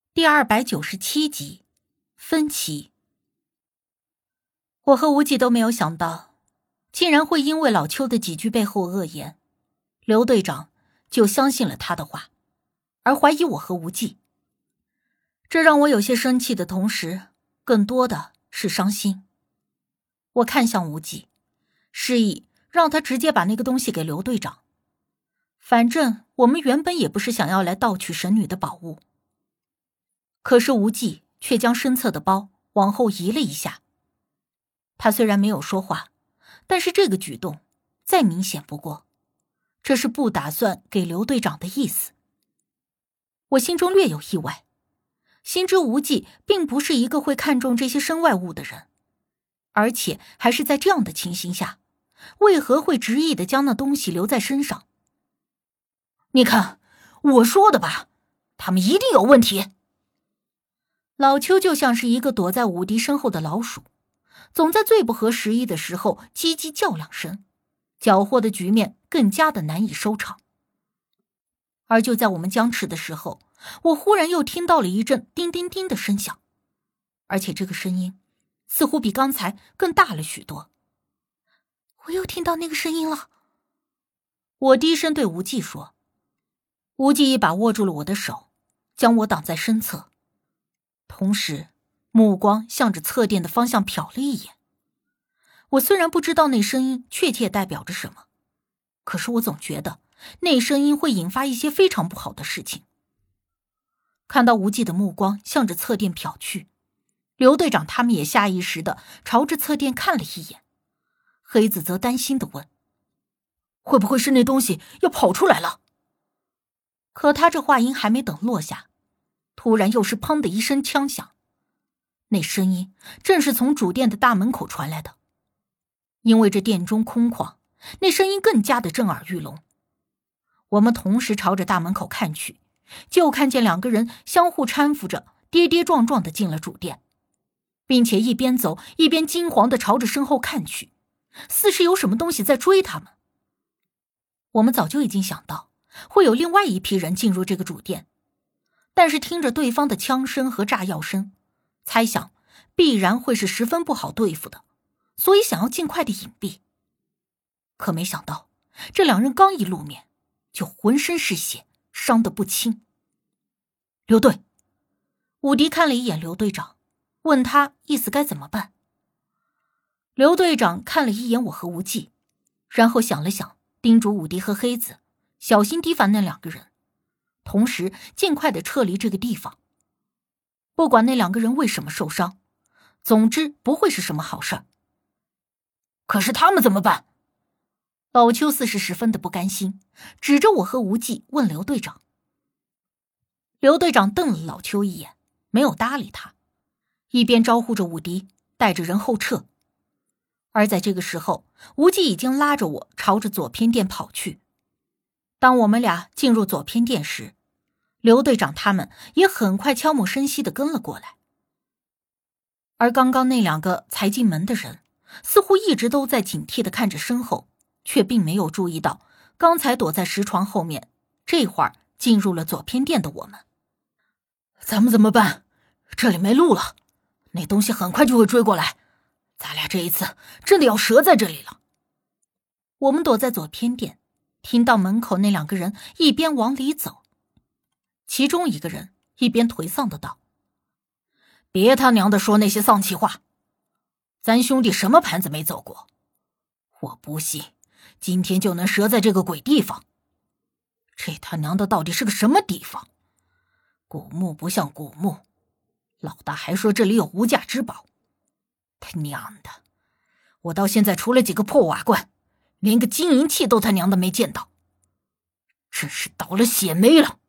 第297集，分歧。我和无忌都没有想到，竟然会因为老邱的几句背后恶言，刘队长就相信了他的话，而怀疑我和无忌。这让我有些生气的同时，更多的是伤心。我看向无忌，示意让他直接把那个东西给刘队长。反正我们原本也不是想要来盗取神女的宝物。可是无忌却将身侧的包往后移了一下。他虽然没有说话，但是这个举动再明显不过，这是不打算给刘队长的意思。我心中略有意外，心知无忌并不是一个会看重这些身外物的人，而且还是在这样的情形下，为何会执意的将那东西留在身上？ 你看，我说的吧，他们一定有问题。 老邱就像是一个躲在武迪身后的老鼠，总在最不合时宜的时候叽叽叫2声，搅和的局面更加的难以收场。而就在我们僵持的时候，我忽然又听到了一阵叮叮叮的声响，而且这个声音似乎比刚才更大了许多。我又听到那个声音了。我低声对无忌说。无忌一把握住了我的手，将我挡在身侧，同时目光向着侧殿的方向瞟了一眼。我虽然不知道那声音确切代表着什么，可是我总觉得那声音会引发一些非常不好的事情。看到无忌的目光向着侧殿瞟去，刘队长他们也下意识地朝着侧殿看了一眼。黑子则担心地问， 会不会是那东西要跑出来了？ 可他这话音还没等落下，突然又是砰的一声枪响，那声音正是从主殿的大门口传来的。因为这殿中空旷，那声音更加的震耳欲聋。我们同时朝着大门口看去，就看见2个人相互搀扶着跌跌撞撞的进了主殿，并且一边走一边惊惶的朝着身后看去，似是有什么东西在追他们。我们早就已经想到会有另外一批人进入这个主殿，但是听着对方的枪声和炸药声，猜想必然会是十分不好对付的，所以想要尽快的隐蔽。可没想到这2人刚一露面，就浑身是血，伤得不轻。 刘队， 武迪看了一眼刘队长，问他意思该怎么办。刘队长看了一眼我和无忌，然后想了想，叮嘱武迪和黑子小心提防那2个人，同时尽快的撤离这个地方。不管那2个人为什么受伤，总之不会是什么好事儿。 可是他们怎么办？ 老邱似是十分的不甘心，指着我和无忌问刘队长。刘队长瞪了老邱一眼，没有搭理他，一边招呼着武迪带着人后撤。而在这个时候，无忌已经拉着我朝着左偏殿跑去。当我们俩进入左偏殿时，刘队长他们也很快悄无声息地跟了过来。而刚刚那2个才进门的人似乎一直都在警惕地看着身后，却并没有注意到刚才躲在石床后面，这会儿进入了左偏殿的我们。 咱们怎么办？这里没路了，那东西很快就会追过来，咱俩这一次真的要折在这里了。 我们躲在左偏殿，听到门口那2个人一边往里走，其中一个人一边颓丧的道， 别他娘的说那些丧气话，咱兄弟什么盘子没走过，我不信今天就能折在这个鬼地方。这他娘的到底是个什么地方？古墓不像古墓，老大还说这里有无价之宝，他娘的，我到现在除了几个破瓦罐，连个金银器都他娘的没见到，真是倒了血霉了。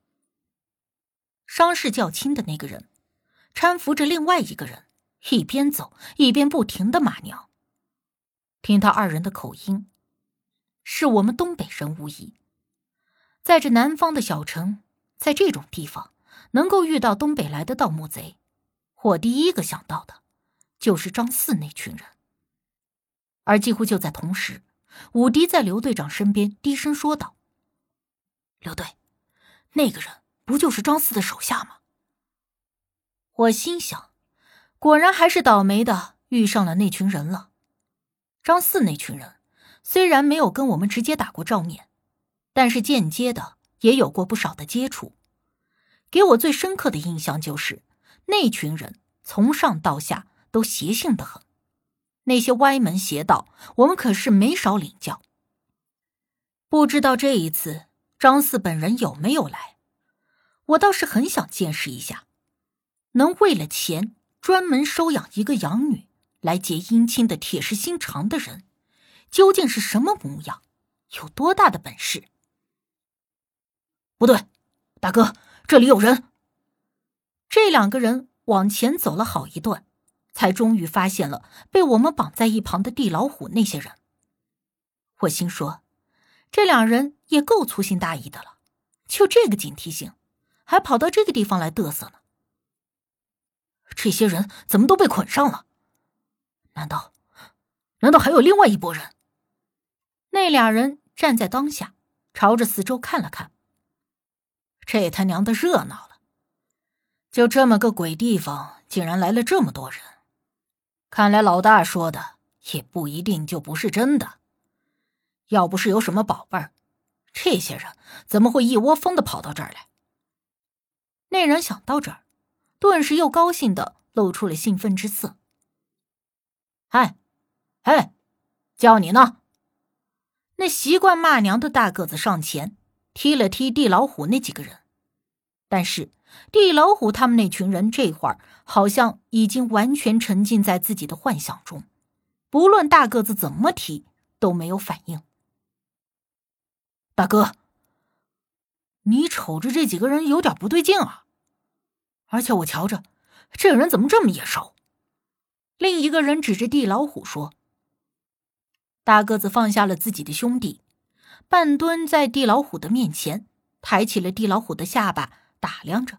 伤势较轻的那个人搀扶着另外一个人，一边走一边不停地骂娘。听他2人的口音，是我们东北人无疑。在这南方的小城，在这种地方能够遇到东北来的盗墓贼，我第一个想到的就是张四那群人。而几乎就在同时，武迪在刘队长身边低声说道， 刘队，那个人不就是张四的手下吗？ 我心想，果然还是倒霉的遇上了那群人了。张四那群人虽然没有跟我们直接打过照面，但是间接的也有过不少的接触。给我最深刻的印象就是那群人从上到下都邪性得很，那些歪门邪道我们可是没少领教。不知道这一次张四本人有没有来，我倒是很想见识一下，能为了钱专门收养一个养女来结姻亲的铁石心肠的人究竟是什么模样，有多大的本事。 不对，大哥，这里有人。 这两个人往前走了好一段，才终于发现了被我们绑在一旁的地老虎那些人。我心说，这两人也够粗心大意的了，就这个警惕性，还跑到这个地方来嘚瑟呢。 这些人怎么都被捆上了？难道还有另外一拨人？ 那俩人站在当下，朝着四周看了看。 这他娘的热闹了！就这么个鬼地方，竟然来了这么多人。看来老大说的也不一定就不是真的。要不是有什么宝贝儿，这些人怎么会一窝蜂的跑到这儿来？ 那人想到这儿，顿时又高兴的露出了兴奋之色。 嗨，叫你呢！ 那习惯骂娘的大个子上前踢了踢地老虎那几个人，但是地老虎他们那群人这会儿好像已经完全沉浸在自己的幻想中，不论大个子怎么踢都没有反应。 大哥，你瞅着这几个人有点不对劲啊，而且我瞧着这个人怎么这么眼熟？ 另一个人指着地老虎说。大个子放下了自己的兄弟，半蹲在地老虎的面前，抬起了地老虎的下巴打量着。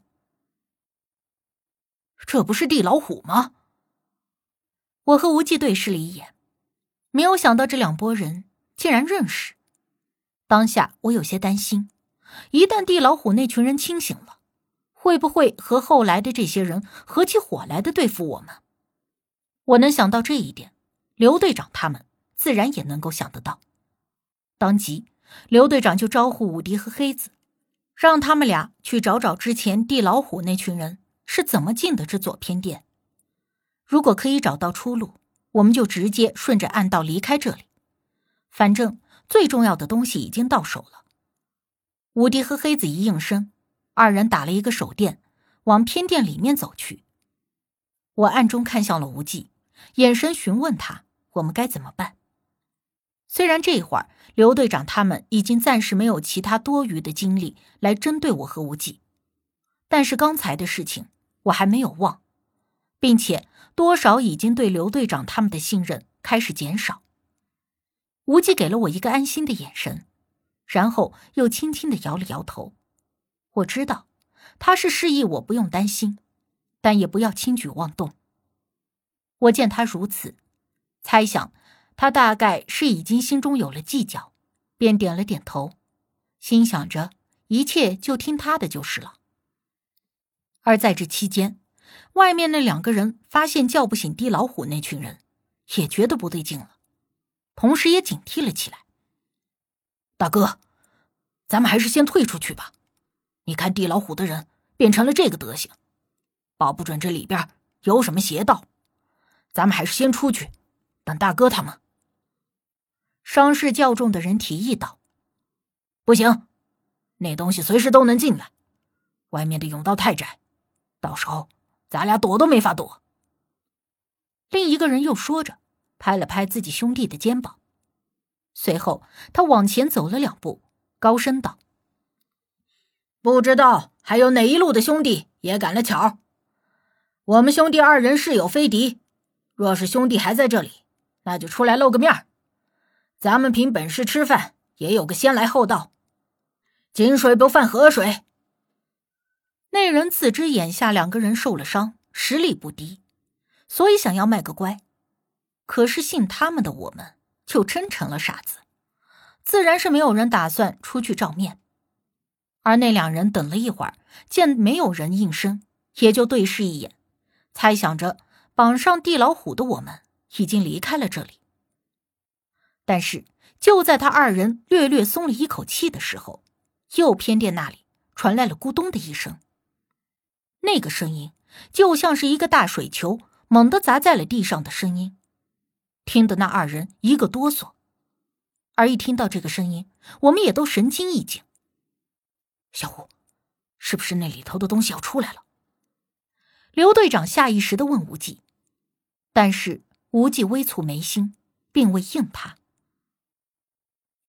这不是地老虎吗？ 我和无忌对视了一眼，没有想到这两拨人竟然认识。当下我有些担心，一旦地老虎那群人清醒了，会不会和后来的这些人合起伙来的对付我们？我能想到这一点，刘队长他们自然也能够想得到。当即刘队长就招呼武迪和黑子，让他们俩去找找之前地老虎那群人是怎么进的这左偏殿。如果可以找到出路，我们就直接顺着暗道离开这里，反正最重要的东西已经到手了。武迪和黑子一应声，二人打了一个手电，往偏殿里面走去。我暗中看向了无忌，眼神询问他我们该怎么办。虽然这会儿刘队长他们已经暂时没有其他多余的精力来针对我和无忌，但是刚才的事情我还没有忘，并且多少已经对刘队长他们的信任开始减少。无忌给了我一个安心的眼神，然后又轻轻地摇了摇头。我知道他是示意我不用担心，但也不要轻举妄动。我见他如此，猜想他大概是已经心中有了计较，便点了点头，心想着一切就听他的就是了。而在这期间，外面那两个人发现叫不醒地老虎那群人，也觉得不对劲了，同时也警惕了起来。 大哥，咱们还是先退出去吧。你看地老虎的人变成了这个德行，保不准这里边有什么邪道。咱们还是先出去，等大哥他们。 伤势较重的人提议道。 不行，那东西随时都能进来，外面的甬道太窄，到时候咱俩躲都没法躲。 另一个人又说着，拍了拍自己兄弟的肩膀，随后他往前走了2步，高声道： 不知道还有哪一路的兄弟也赶了巧，我们兄弟2人誓有非敌，若是兄弟还在这里，那就出来露个面，咱们凭本事吃饭，也有个先来后到，井水不犯河水。 那人自知眼下2个人受了伤，实力不低，所以想要卖个乖，可是信他们的我们就真成了傻子，自然是没有人打算出去照面。而那2人等了一会儿，见没有人应声，也就对视一眼， 猜想着绑上地老虎的我们已经离开了这里。但是就在他二人略略松了一口气的时候，右偏殿那里传来了咕咚的一声。那个声音就像是一个大水球猛地砸在了地上的声音，听得那二人一个哆嗦。而一听到这个声音，我们也都神经一紧。小虎，是不是那里头的东西要出来了？刘队长下意识地问无忌，但是无忌微蹙眉心，并未应他。